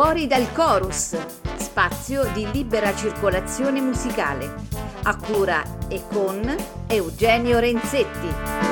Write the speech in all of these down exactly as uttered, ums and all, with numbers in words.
Fuori dal chorus, spazio di libera circolazione musicale, a cura e con Eugenio Renzetti.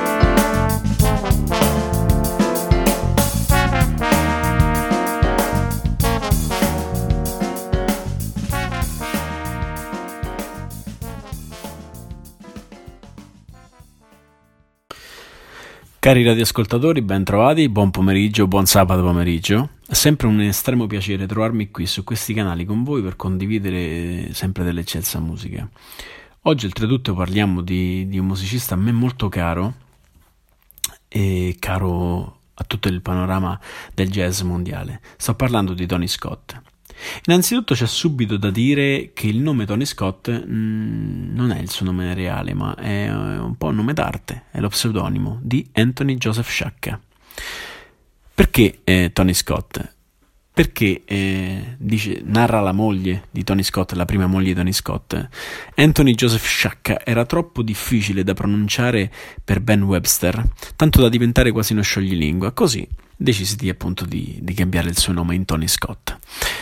Cari radioascoltatori, ben trovati, buon pomeriggio, buon sabato pomeriggio. È sempre un estremo piacere trovarmi qui su questi canali con voi per condividere sempre dell'eccelsa musica. Oggi oltretutto parliamo di, di un musicista a me molto caro e caro a tutto il panorama del jazz mondiale. Sto parlando di Tony Scott. Innanzitutto c'è subito da dire che il nome Tony Scott mh, non è il suo nome reale, ma è un po' un nome d'arte, è lo pseudonimo di Anthony Joseph Sciacca. Perché eh, Tony Scott? Perché eh, dice, narra la moglie di Tony Scott, la prima moglie di Tony Scott, Anthony Joseph Sciacca era troppo difficile da pronunciare per Ben Webster, tanto da diventare quasi uno scioglilingua, così decisi di, appunto di, di cambiare il suo nome in Tony Scott.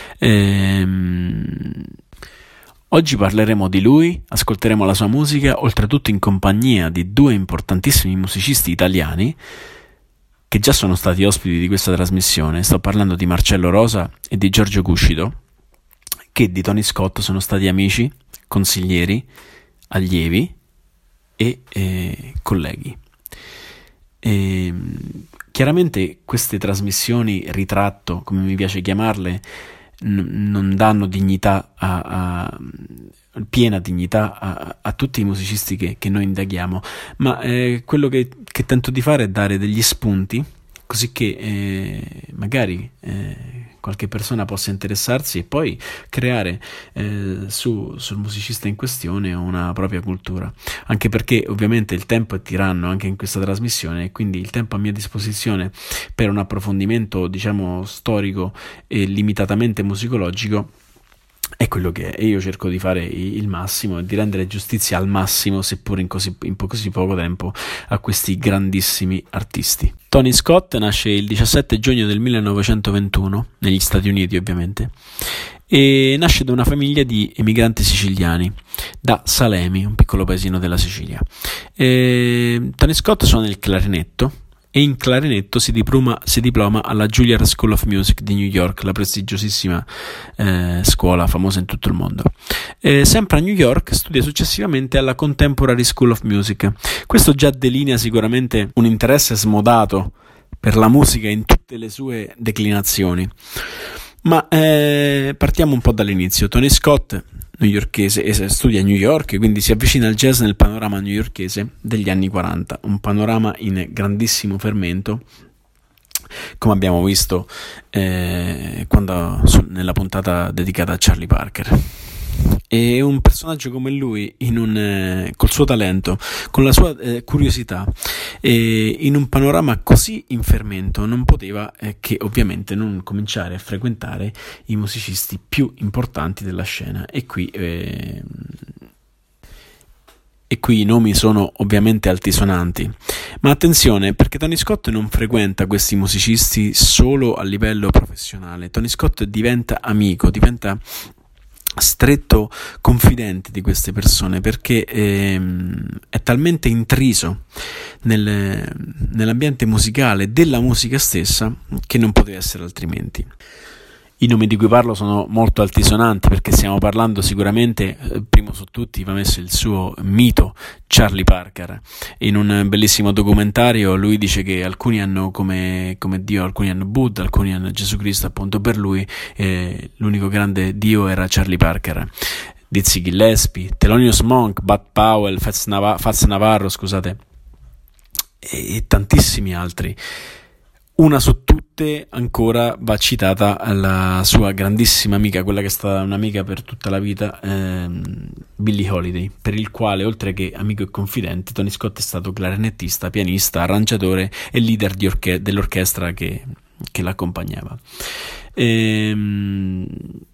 Ehm, oggi parleremo di lui, ascolteremo la sua musica, oltretutto in compagnia di due importantissimi musicisti italiani che già sono stati ospiti di questa trasmissione. Sto parlando di Marcello Rosa e di Giorgio Cuscito, che di Tony Scott sono stati amici, consiglieri, allievi e eh, colleghi. E, chiaramente queste trasmissioni ritratto, come mi piace chiamarle, n- non danno dignità a, a piena dignità a, a tutti i musicisti che, che noi indaghiamo, ma eh, quello che, che tento di fare è dare degli spunti, così che eh, magari eh, qualche persona possa interessarsi e poi creare eh, su, sul musicista in questione una propria cultura, anche perché ovviamente il tempo è tiranno anche in questa trasmissione e quindi il tempo a mia disposizione per un approfondimento, diciamo, storico e limitatamente musicologico è quello che è, e io cerco di fare il massimo e di rendere giustizia al massimo, seppur in così, in po- così poco tempo, a questi grandissimi artisti. Tony Scott nasce il diciassette giugno del millenovecentoventuno, negli Stati Uniti ovviamente, e nasce da una famiglia di emigranti siciliani, da Salemi, un piccolo paesino della Sicilia. E Tony Scott suona il clarinetto, e in clarinetto si diploma, si diploma alla Juilliard School of Music di New York, la prestigiosissima eh, scuola famosa in tutto il mondo. Eh, sempre a New York studia successivamente alla Contemporary School of Music. Questo già delinea sicuramente un interesse smodato per la musica in tutte le sue declinazioni. Ma eh, partiamo un po' dall'inizio. Tony Scott, newyorkese, studia a New York, quindi si avvicina al jazz nel panorama newyorkese degli anni quaranta, un panorama in grandissimo fermento, come abbiamo visto eh, quando, nella puntata dedicata a Charlie Parker. E un personaggio come lui, in un, eh, col suo talento, con la sua eh, curiosità, eh, in un panorama così in fermento, non poteva eh, che ovviamente non cominciare a frequentare i musicisti più importanti della scena. E qui eh, E qui i nomi sono ovviamente altisonanti, ma attenzione, perché Tony Scott non frequenta questi musicisti solo a livello professionale. Tony Scott diventa amico, diventa stretto confidente di queste persone, perché ehm, è talmente intriso nel, nell'ambiente musicale della musica stessa che non poteva essere altrimenti. I nomi di cui parlo sono molto altisonanti, perché stiamo parlando sicuramente, eh, primo su tutti va messo il suo mito Charlie Parker. In un bellissimo documentario lui dice che alcuni hanno come, come Dio, alcuni hanno Buddha, alcuni hanno Gesù Cristo. Appunto per lui eh, l'unico grande Dio era Charlie Parker. Dizzy Gillespie, Thelonious Monk, Bud Powell, Fats, Nav- Fats Navarro, scusate, e, e tantissimi altri. Una su tutte ancora va citata la sua grandissima amica, quella che è stata un'amica per tutta la vita, ehm, Billie Holiday, per il quale, oltre che amico e confidente, Tony Scott è stato clarinettista, pianista, arrangiatore e leader di orche- dell'orchestra che, che l'accompagnava. Ehm,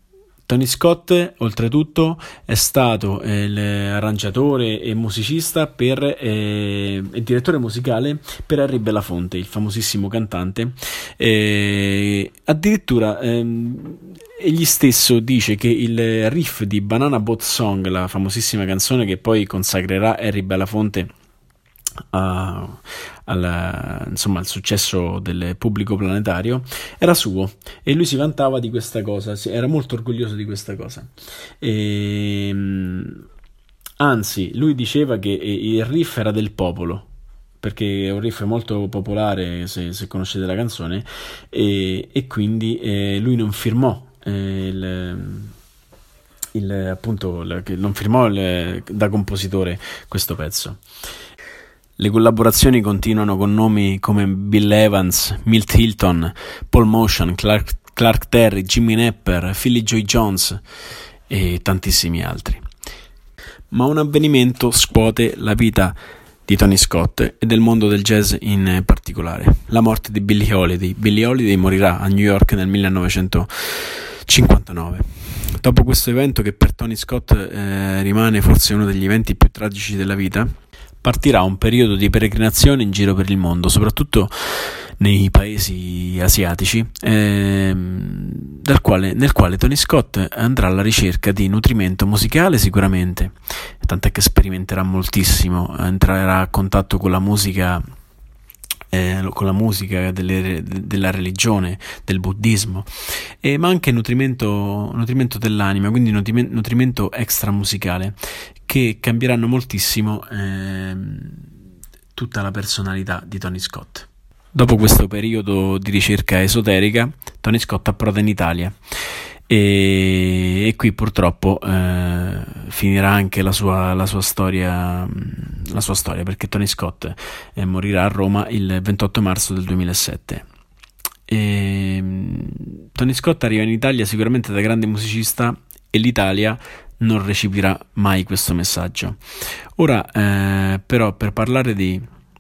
Tony Scott, oltretutto, è stato eh, l'arrangiatore e musicista per, eh, e direttore musicale per Harry Belafonte, il famosissimo cantante. Eh, addirittura ehm, egli stesso dice che il riff di Banana Boat Song, la famosissima canzone che poi consacrerà Harry Belafonte A, al, insomma, al successo del pubblico planetario, era suo, e lui si vantava di questa cosa, era molto orgoglioso di questa cosa. E, anzi, lui diceva che il riff era del popolo, perché è un riff molto popolare, se, se conoscete la canzone, e, e quindi eh, lui non firmò eh, il, il, appunto non firmò il, da compositore questo pezzo. Le collaborazioni continuano con nomi come Bill Evans, Milt Hilton, Paul Motian, Clark, Clark Terry, Jimmy Nepper, Philly Joy Jones e tantissimi altri. Ma un avvenimento scuote la vita di Tony Scott e del mondo del jazz in particolare: la morte di Billie Holiday. Billie Holiday morirà a New York nel millenovecentocinquantanove. Dopo questo evento, che per Tony Scott eh, rimane forse uno degli eventi più tragici della vita, partirà un periodo di peregrinazione in giro per il mondo, soprattutto nei paesi asiatici, ehm, dal quale, nel quale Tony Scott andrà alla ricerca di nutrimento musicale sicuramente, tant'è che sperimenterà moltissimo, entrerà a contatto con la musica eh, con la musica delle, della religione, del buddismo, eh, ma anche nutrimento, nutrimento dell'anima, quindi nutrimento, nutrimento extramusicale, che cambieranno moltissimo eh, tutta la personalità di Tony Scott. Dopo questo periodo di ricerca esoterica, Tony Scott approda in Italia e, e qui purtroppo eh, finirà anche la sua, la sua storia, la sua storia, perché Tony Scott eh, morirà a Roma il ventotto marzo del duemilasette. E, Tony Scott arriva in Italia sicuramente da grande musicista, e l'Italia non recepirà mai questo messaggio. Ora eh, però, per parlare di,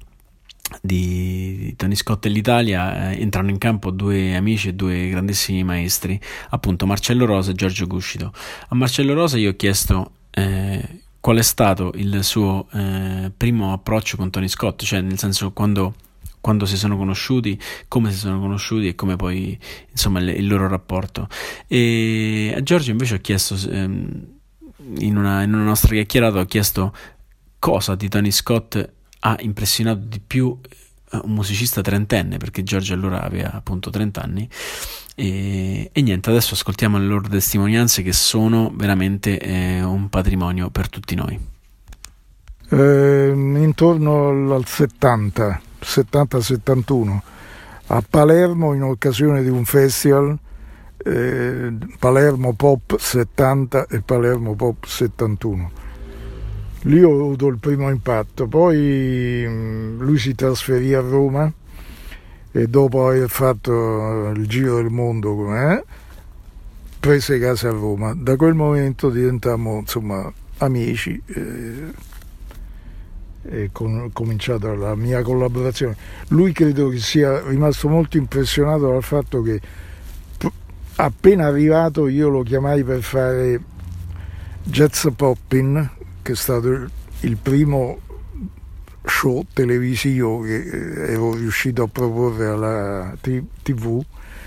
di Tony Scott e l'Italia eh, entrano in campo due amici e due grandissimi maestri, appunto Marcello Rosa e Giorgio Cuscito. A Marcello Rosa io ho chiesto eh, qual è stato il suo eh, primo approccio con Tony Scott, cioè nel senso quando quando si sono conosciuti, come si sono conosciuti e come poi, insomma, il, il loro rapporto. E a Giorgio invece ho chiesto, ehm, in, una, in una nostra chiacchierata, ho chiesto cosa di Tony Scott ha impressionato di più un musicista trentenne, perché Giorgio allora aveva appunto trenta anni, e, e niente, adesso ascoltiamo le loro testimonianze, che sono veramente eh, un patrimonio per tutti noi. Eh, intorno al settanta settanta settantuno a Palermo, in occasione di un festival, eh, Palermo Pop settanta e Palermo Pop settantuno. Lì ho avuto il primo impatto. Poi mh, lui si trasferì a Roma e dopo aver fatto il giro del mondo com'è, prese casa a Roma. Da quel momento diventammo, insomma, amici. Eh, è con, cominciata la mia collaborazione. Lui credo che sia rimasto molto impressionato dal fatto che appena arrivato io lo chiamai per fare Jazz Poppin', che è stato il, il primo show televisivo che ero riuscito a proporre alla tivù,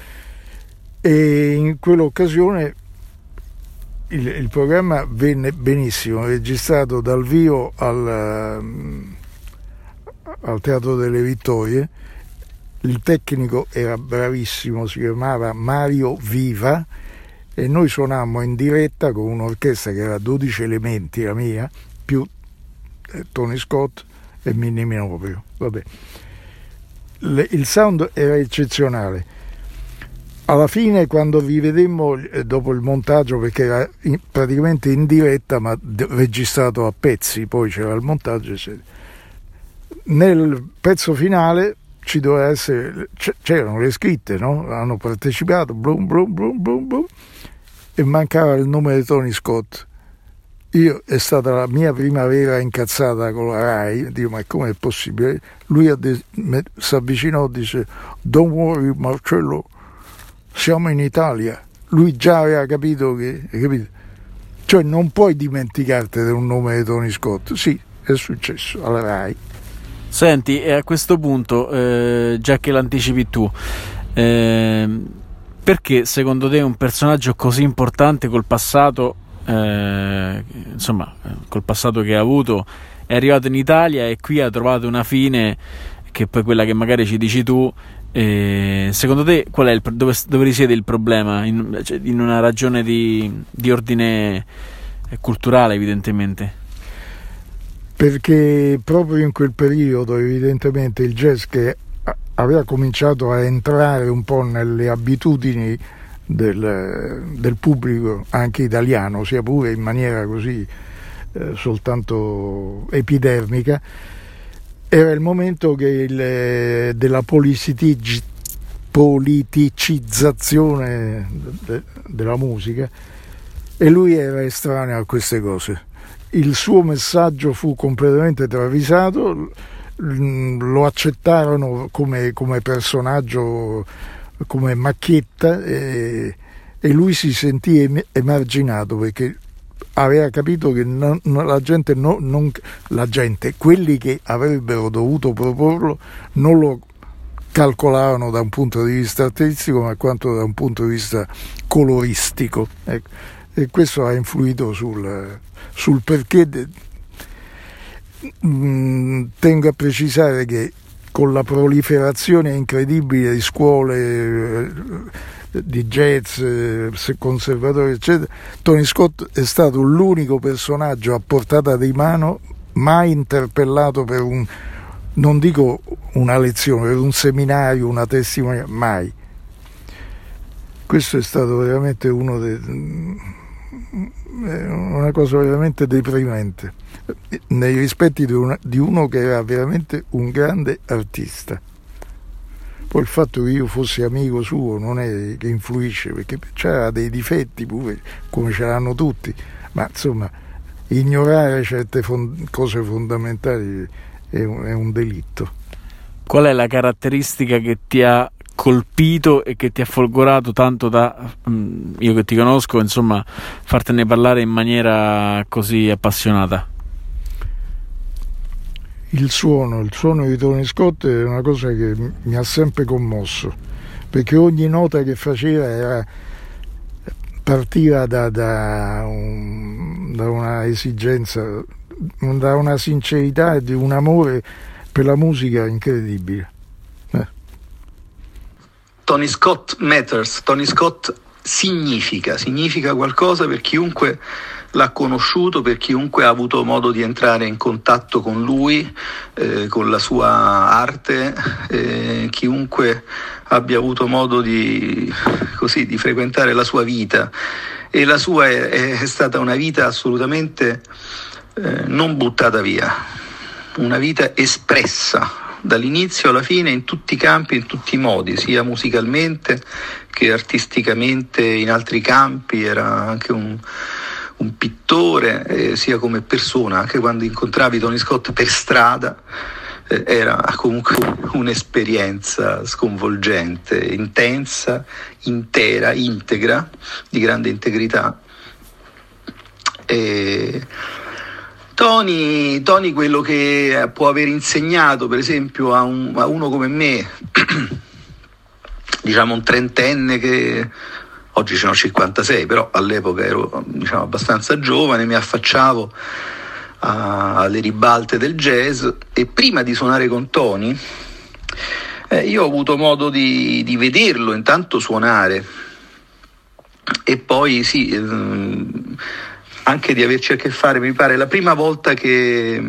e in quell'occasione Il, il programma venne benissimo, registrato dal vivo al, al Teatro delle Vittorie. Il tecnico era bravissimo, si chiamava Mario Viva, e noi suonammo in diretta con un'orchestra che era dodici elementi, la mia, più eh, Tony Scott e Minnie Minoprio. Vabbè. Le, il sound era eccezionale. Alla fine, quando vi vedemmo dopo il montaggio, perché era in, praticamente in diretta ma de- registrato a pezzi, poi c'era il montaggio, eccetera. Nel pezzo finale ci doveva essere, c'erano le scritte, no? Hanno partecipato, blum, blum, blum, blum, blum, e mancava il nome di Tony Scott. Io, è stata la mia prima vera incazzata con la Rai, dico, ma come è possibile? Lui si avvicinò e dice: "Don't worry Marcello, siamo in Italia, lui già aveva capito che, capito? Cioè non puoi dimenticarti di un nome di Tony Scott. Sì, è successo alla Rai. Senti, e a questo punto, eh, già che l'anticipi tu, eh, perché secondo te un personaggio così importante col passato, eh, insomma, col passato che ha avuto, è arrivato in Italia e qui ha trovato una fine che poi quella che magari ci dici tu, eh, secondo te qual è il, dove, dove risiede il problema? In, cioè, in una ragione di, di ordine culturale, evidentemente? Perché proprio in quel periodo evidentemente il jazz, che aveva cominciato a entrare un po' nelle abitudini del, del pubblico anche italiano, sia pure in maniera così eh, soltanto epidermica, era il momento che il, della politicizzazione de, della musica, e lui era estraneo a queste cose. Il suo messaggio fu completamente travisato, lo accettarono come, come personaggio, come macchietta, e, e lui si sentì emarginato perché aveva capito che non, la gente, no, non, la gente, quelli che avrebbero dovuto proporlo non lo calcolavano da un punto di vista artistico, ma quanto da un punto di vista coloristico, ecco. E questo ha influito sul, sul perché. De, mh, tengo a precisare che con la proliferazione incredibile di scuole eh, di jazz, eh, conservatori eccetera, Tony Scott è stato l'unico personaggio a portata di mano mai interpellato per un, non dico una lezione, per un seminario, una testimonianza, mai. Questo è stato veramente uno dei, una cosa veramente deprimente nei rispetti di, una, di uno che era veramente un grande artista. Poi il fatto che io fossi amico suo non è che influisce, perché c'era dei difetti pure, come ce l'hanno tutti, ma insomma ignorare certe fond- cose fondamentali è un, è un delitto. Qual è la caratteristica che ti ha colpito e che ti ha folgorato tanto da, io che ti conosco, insomma, fartene parlare in maniera così appassionata? Il suono, il suono di Tony Scott è una cosa che mi ha sempre commosso, perché ogni nota che faceva era, partiva da, da, un, da una esigenza, da una sincerità e di un amore per la musica incredibile. Tony Scott matters, Tony Scott significa, significa qualcosa per chiunque l'ha conosciuto, per chiunque ha avuto modo di entrare in contatto con lui, eh, con la sua arte, eh, chiunque abbia avuto modo di, così, di frequentare la sua vita. E la sua è, è stata una vita assolutamente eh, non buttata via, una vita espressa dall'inizio alla fine in tutti i campi, in tutti i modi, sia musicalmente che artisticamente in altri campi. Era anche un, un pittore, eh, sia come persona. Anche quando incontravi Tony Scott per strada eh, era comunque un'esperienza sconvolgente, intensa, intera, integra, di grande integrità. E Tony, Tony quello che può aver insegnato per esempio a, un, a uno come me, diciamo un trentenne che oggi ce n'ho cinquantasei, però all'epoca ero, diciamo, abbastanza giovane, mi affacciavo a, alle ribalte del jazz, e prima di suonare con Tony eh, io ho avuto modo di, di vederlo intanto suonare, e poi sì, ehm, anche di averci a che fare. Mi pare la prima volta che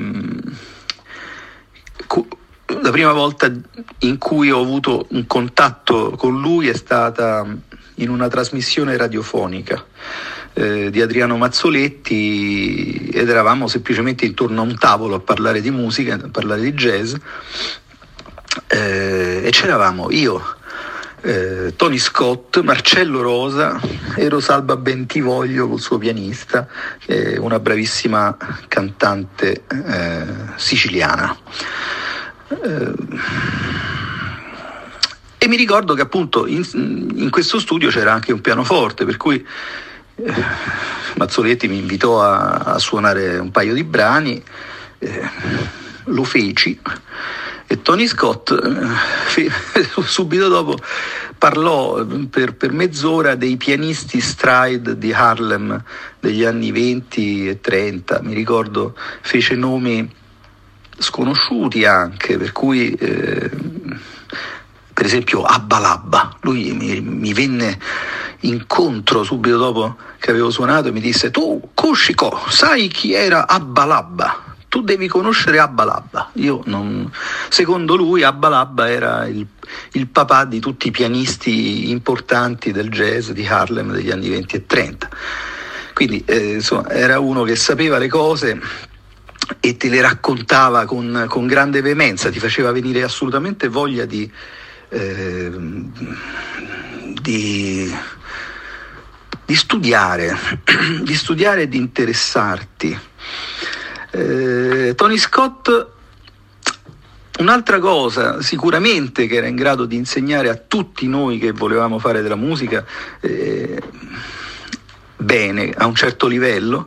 la prima volta in cui ho avuto un contatto con lui è stata in una trasmissione radiofonica eh, di Adriano Mazzoletti, ed eravamo semplicemente intorno a un tavolo a parlare di musica, a parlare di jazz, eh, e c'eravamo io, Eh, Tony Scott, Marcello Rosa e Rosalba Bentivoglio col suo pianista, eh, una bravissima cantante eh, siciliana. Eh, e mi ricordo che appunto in, in questo studio c'era anche un pianoforte, per cui eh, Mazzoletti mi invitò a, a suonare un paio di brani, eh, lo feci, e Tony Scott eh, subito dopo parlò per, per mezz'ora dei pianisti stride di Harlem degli anni venti e trenta, mi ricordo fece nomi sconosciuti anche, per cui eh, per esempio Abba Labba, lui mi, mi venne incontro subito dopo che avevo suonato e mi disse: tu Koshiko, sai chi era Abba Labba? Tu devi conoscere Abba Labba. Io non... Secondo lui Abba Labba era il, il papà di tutti i pianisti importanti del jazz di Harlem degli anni venti e trenta. Quindi eh, insomma, era uno che sapeva le cose e te le raccontava con, con grande veemenza, ti faceva venire assolutamente voglia di, eh, di, di studiare, di studiare e di interessarti. Eh, Tony Scott, un'altra cosa sicuramente che era in grado di insegnare a tutti noi che volevamo fare della musica eh, bene, a un certo livello,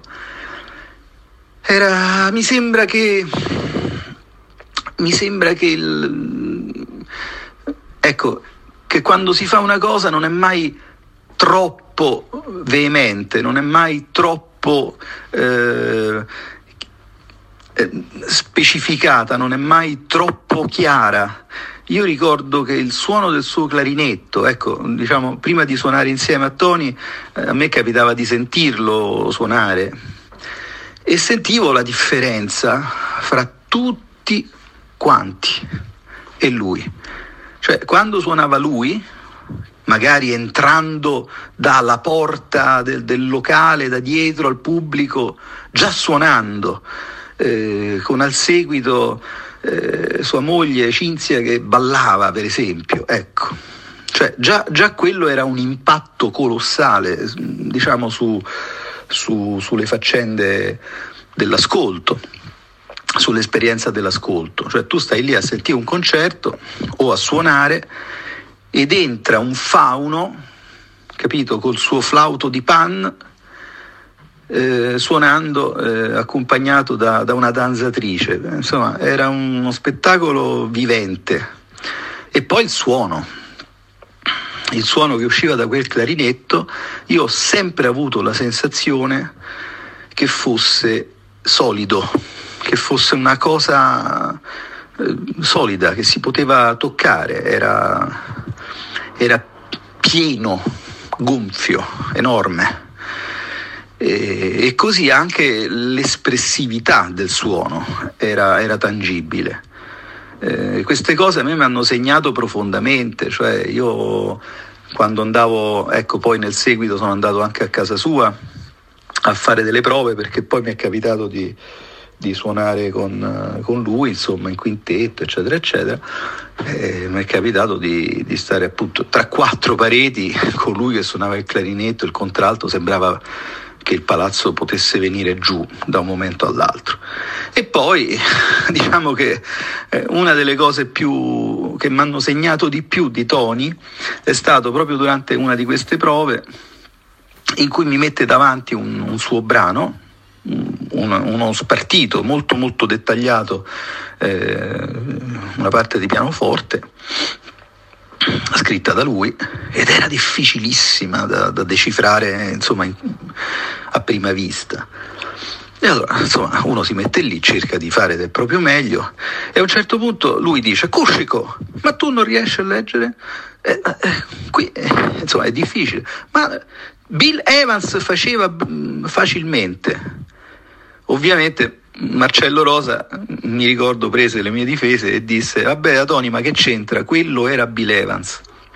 era, mi sembra che mi sembra che il, ecco, che quando si fa una cosa non è mai troppo veemente, non è mai troppo eh, specificata, non è mai troppo chiara. Io ricordo che il suono del suo clarinetto, ecco, diciamo, prima di suonare insieme a Tony, eh, a me capitava di sentirlo suonare e sentivo la differenza fra tutti quanti e lui. Cioè, quando suonava lui, magari entrando dalla porta del, del locale, da dietro al pubblico, già suonando, Eh, con al seguito eh, sua moglie Cinzia che ballava, per esempio, ecco, cioè già, già quello era un impatto colossale, diciamo, su, su, sulle faccende dell'ascolto, sull'esperienza dell'ascolto. Cioè tu stai lì a sentire un concerto o a suonare ed entra un fauno, capito, col suo flauto di pan, Eh, suonando eh, accompagnato da, da una danzatrice. Insomma, era uno spettacolo vivente. E poi il suono il suono che usciva da quel clarinetto, io ho sempre avuto la sensazione che fosse solido, che fosse una cosa eh, solida, che si poteva toccare. Era, era pieno, gonfio, enorme. E così anche l'espressività del suono era, era tangibile. Eh, queste cose a me mi hanno segnato profondamente, cioè io quando andavo, ecco, poi nel seguito sono andato anche a casa sua a fare delle prove, perché poi mi è capitato di, di suonare con, con lui, insomma, in quintetto, eccetera, eccetera. Eh, mi è capitato di, di stare appunto tra quattro pareti con lui che suonava il clarinetto, il contralto, sembrava che il palazzo potesse venire giù da un momento all'altro. E poi diciamo che eh, una delle cose più che mi hanno segnato di più di Tony è stato proprio durante una di queste prove in cui mi mette davanti un, un suo brano, un, uno spartito molto molto dettagliato, eh, una parte di pianoforte scritta da lui, ed era difficilissima da, da decifrare, insomma, in, a prima vista. E allora, insomma, uno si mette lì, cerca di fare del proprio meglio, e a un certo punto lui dice: Koshiko, ma tu non riesci a leggere? Eh, eh, qui eh, insomma è difficile, ma Bill Evans faceva mh, facilmente. Ovviamente Marcello Rosa, mi ricordo, prese le mie difese e disse: vabbè Tony, ma che c'entra? Quello era Bill Evans.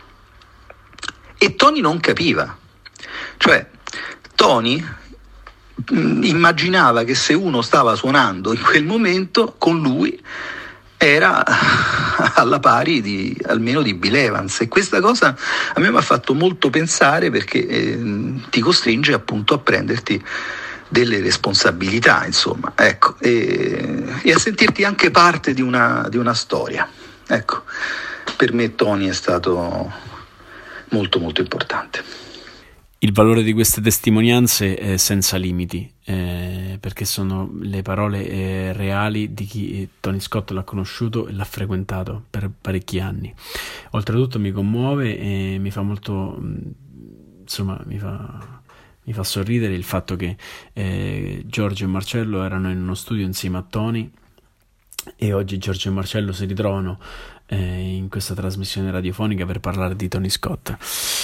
E Tony non capiva. Cioè Tony mh, immaginava che se uno stava suonando in quel momento con lui era alla pari di, almeno di Bill Evans, e questa cosa a me mi ha fatto molto pensare, perché eh, ti costringe appunto a prenderti delle responsabilità, insomma, ecco, e, e a sentirti anche parte di una, di una storia, ecco. per me Tony è stato molto molto importante. Il valore di queste testimonianze è senza limiti, eh, perché sono le parole eh, reali di chi Tony Scott l'ha conosciuto e l'ha frequentato per parecchi anni. Oltretutto mi commuove e mi fa molto, insomma, mi fa, mi fa sorridere il fatto che eh, Giorgio e Marcello erano in uno studio insieme a Tony e oggi Giorgio e Marcello si ritrovano eh, in questa trasmissione radiofonica per parlare di Tony Scott.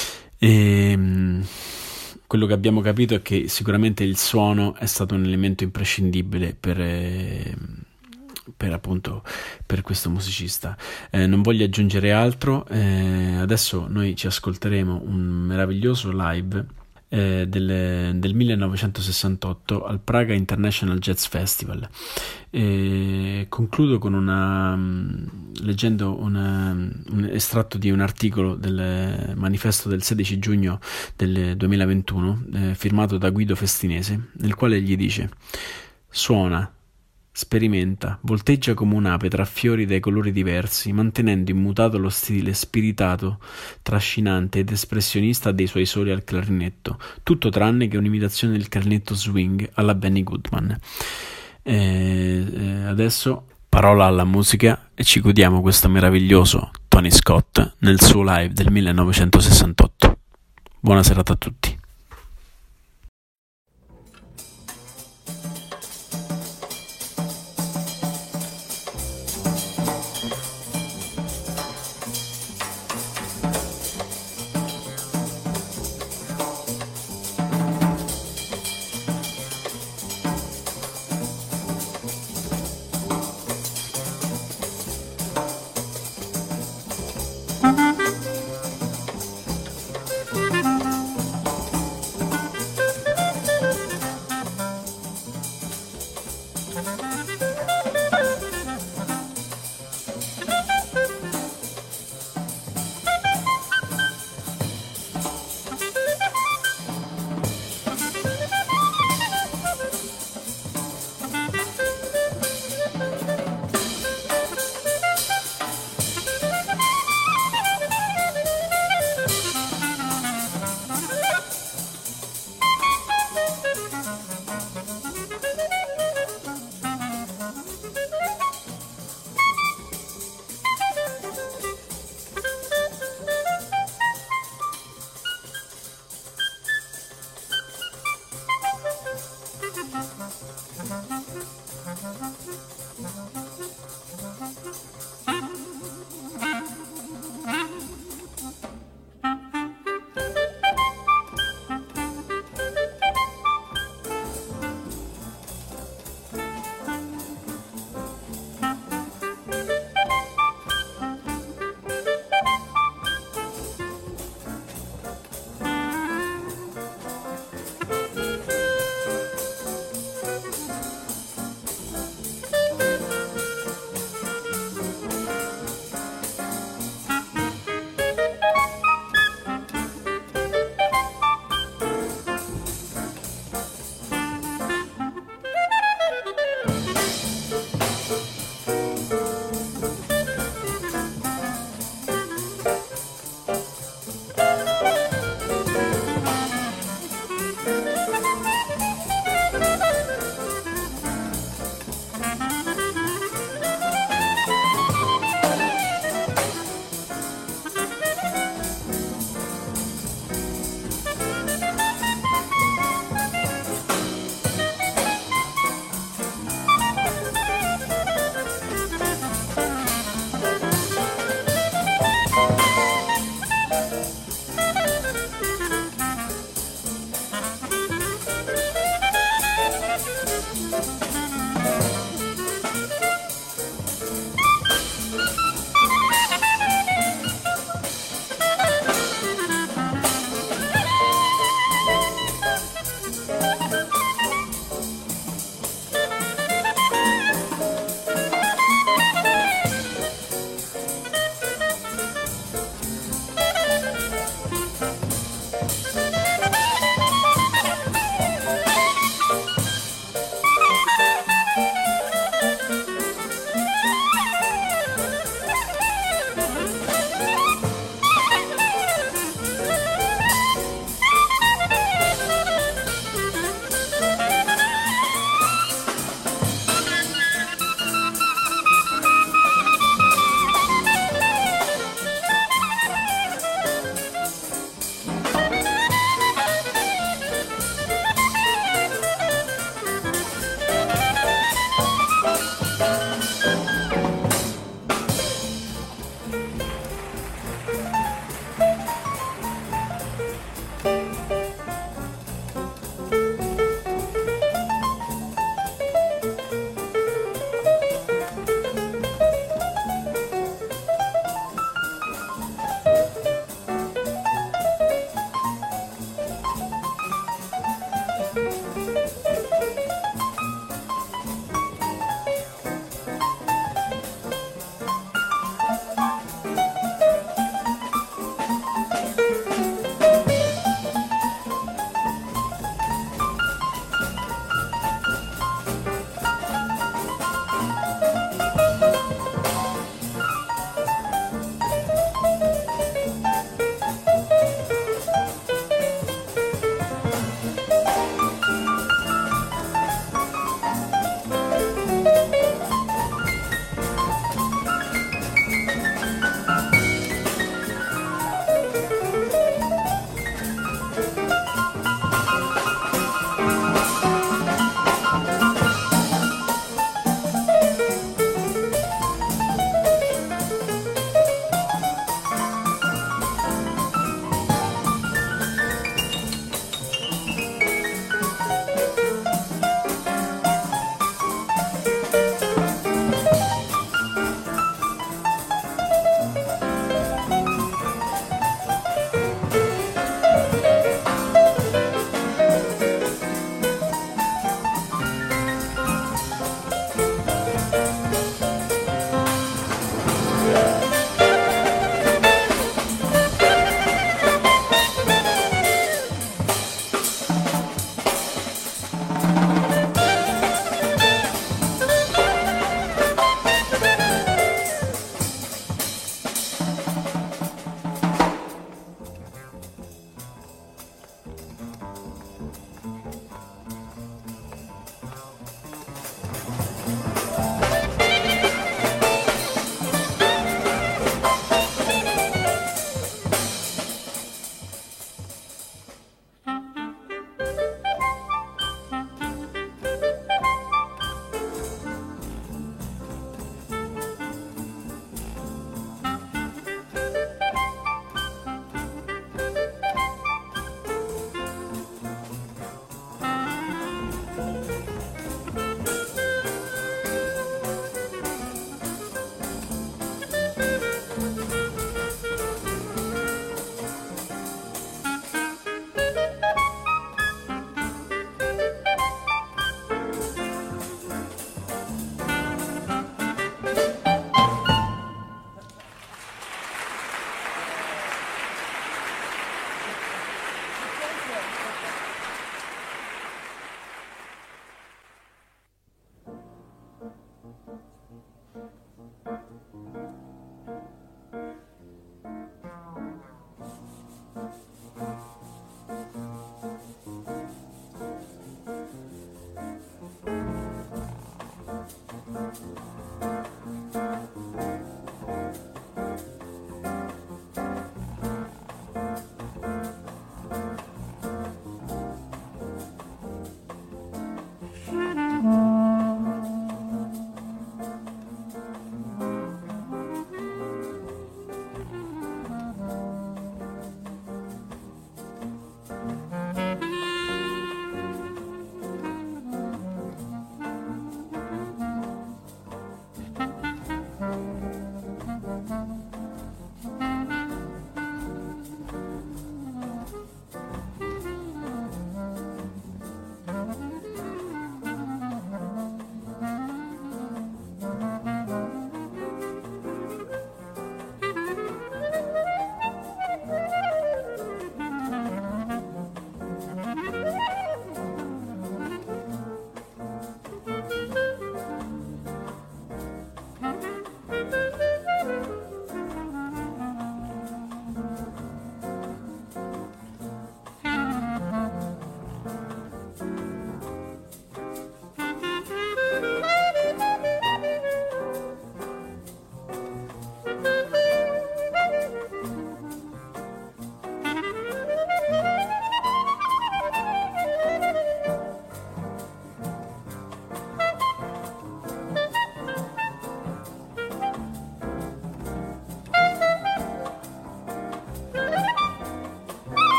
E quello che abbiamo capito è che sicuramente il suono è stato un elemento imprescindibile per, eh, per appunto per questo musicista. Eh, non voglio aggiungere altro, eh, adesso noi ci ascolteremo un meraviglioso live eh, del, del millenovecentosessantotto al Praga International Jazz Festival. E concludo con una leggendo una, un estratto di un articolo del manifesto del sedici giugno del duemilaventuno eh, firmato da Guido Festinese, nel quale gli dice: suona, sperimenta, volteggia come un'ape tra fiori dai colori diversi, mantenendo immutato lo stile spiritato, trascinante ed espressionista dei suoi soli al clarinetto, tutto tranne che un'imitazione del clarinetto swing alla Benny Goodman. E adesso parola alla musica e ci godiamo questo meraviglioso Tony Scott nel suo live del millenovecentosessantotto. Buona serata a tutti.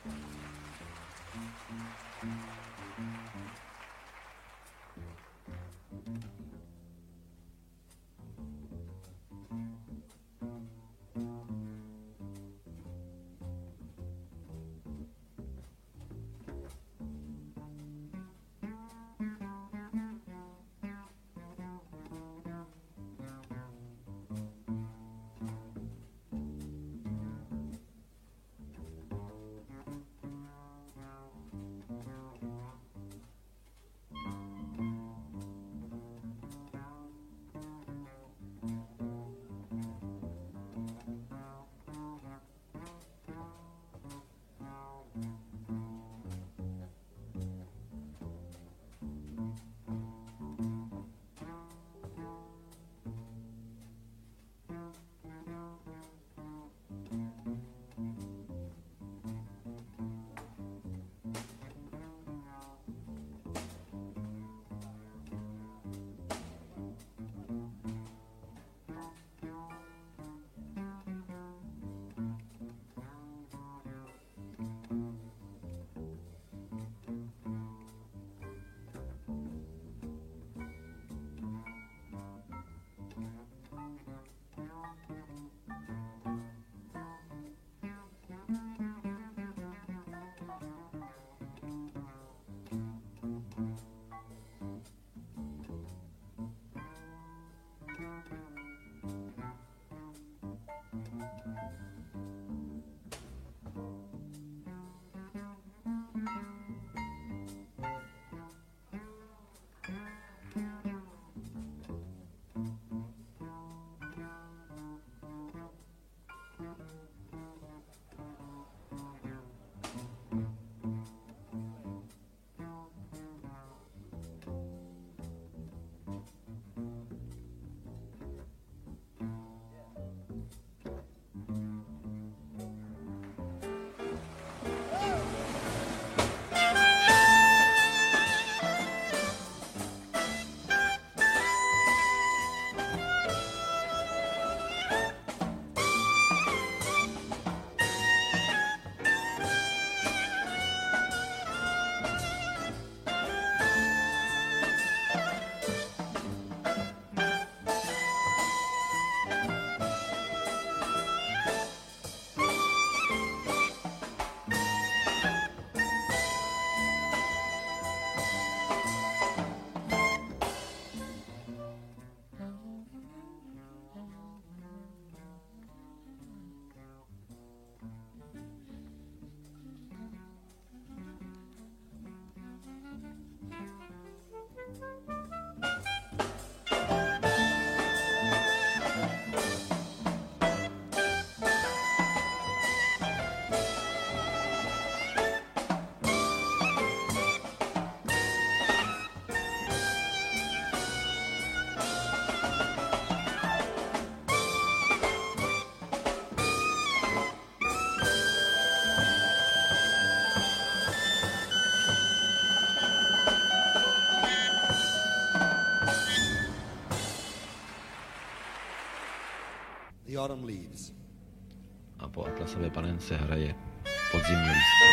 The Autumn Leaves. A po Atlasové panence hraje Podzimní lístky.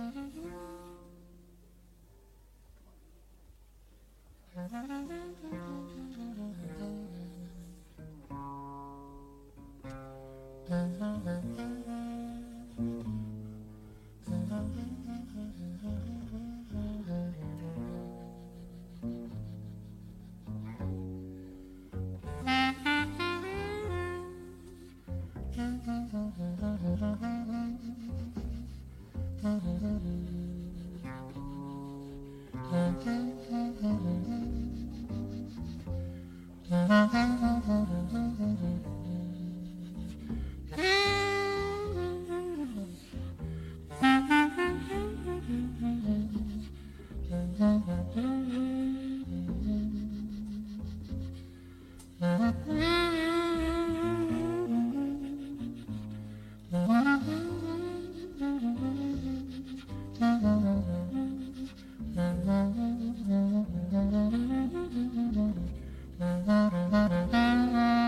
Thank you.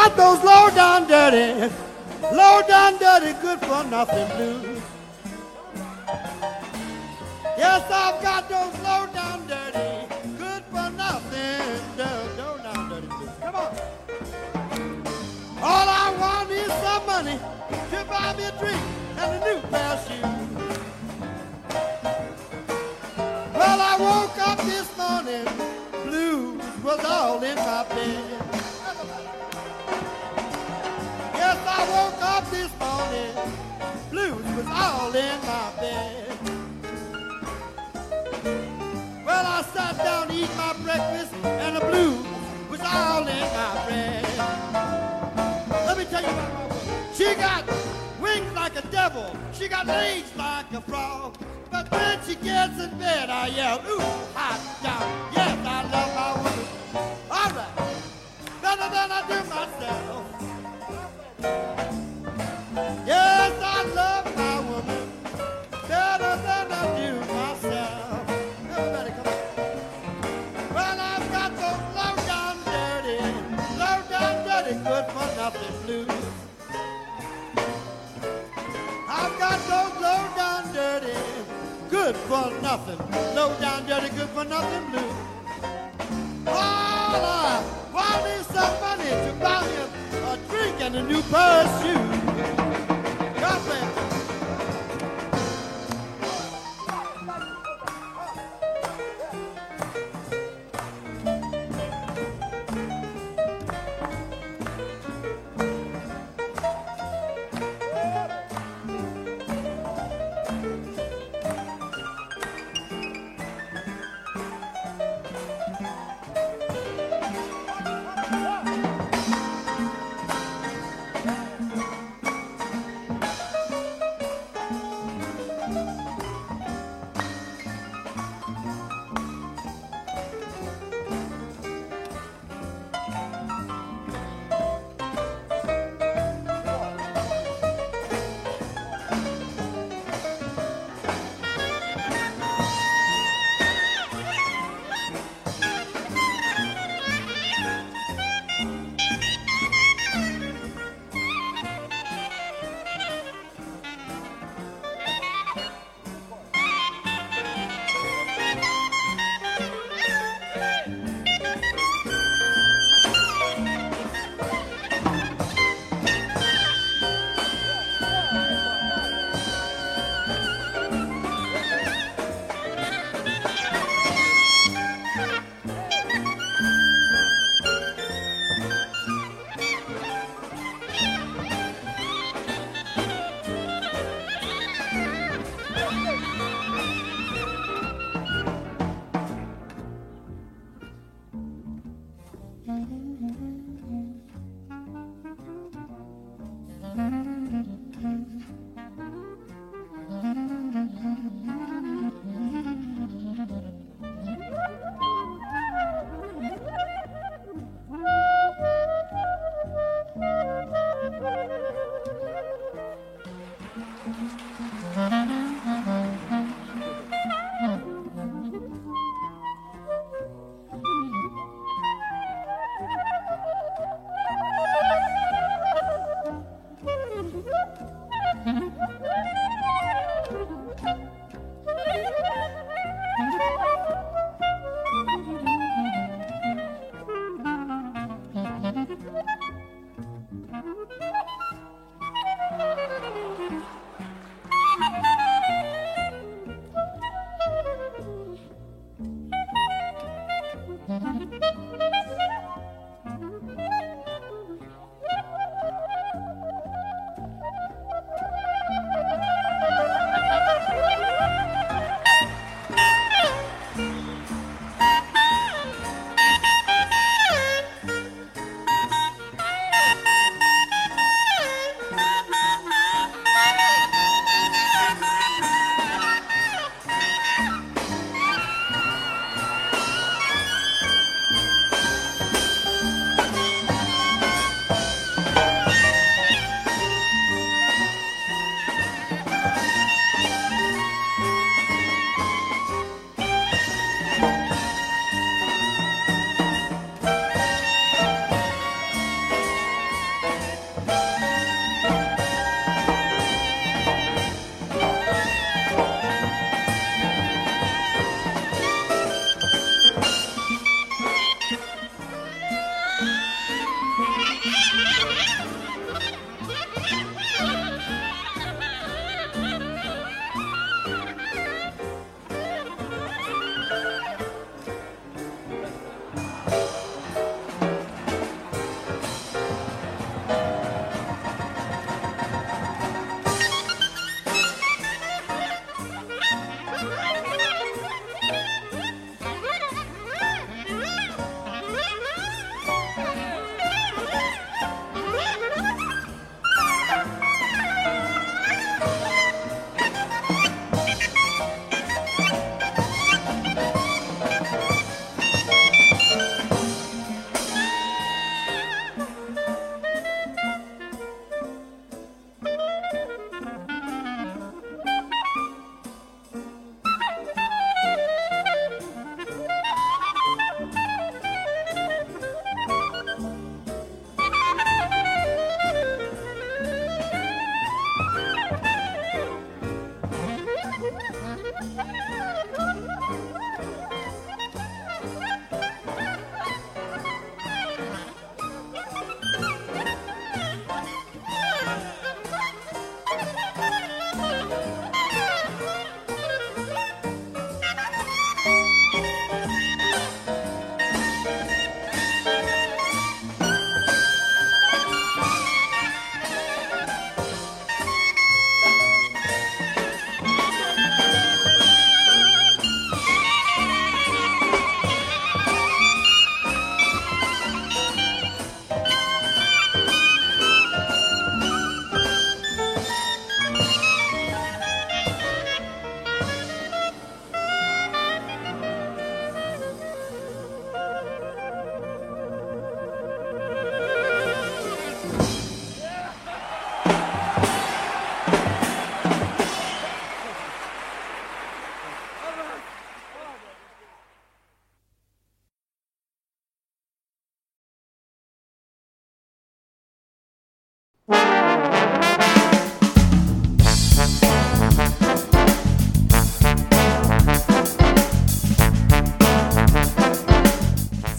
got those low down dirty, low down dirty, good for nothing blues. Yes, I've got those low down dirty, good for nothing, low down dirty blues. Come on. All I want is some money to buy me a drink and a new pair of shoes. Well, I woke up this morning, blues was all in my bed. Yes, I woke up this morning, blues was all in my bed. Well, I sat down to eat my breakfast, and the blues was all in my bread. Let me tell you about my woman. She got wings like a devil, she got legs like a frog. But when she gets in bed, I yell, ooh, hot dog. Yes, I love my woman. All right, better than I do myself. Yes, I love my woman better than I do myself. Everybody come on. Well, I've got those low down dirty, low down dirty, good for nothing blues. I've got those low down dirty, good for nothing, low down dirty, good for nothing blues. All I want is some money to buy me a, a drink and a new pair of shoes. God bless.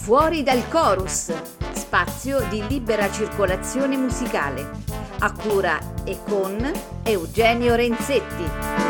Fuori dal chorus, spazio di libera circolazione musicale, a cura e con Eugenio Renzetti.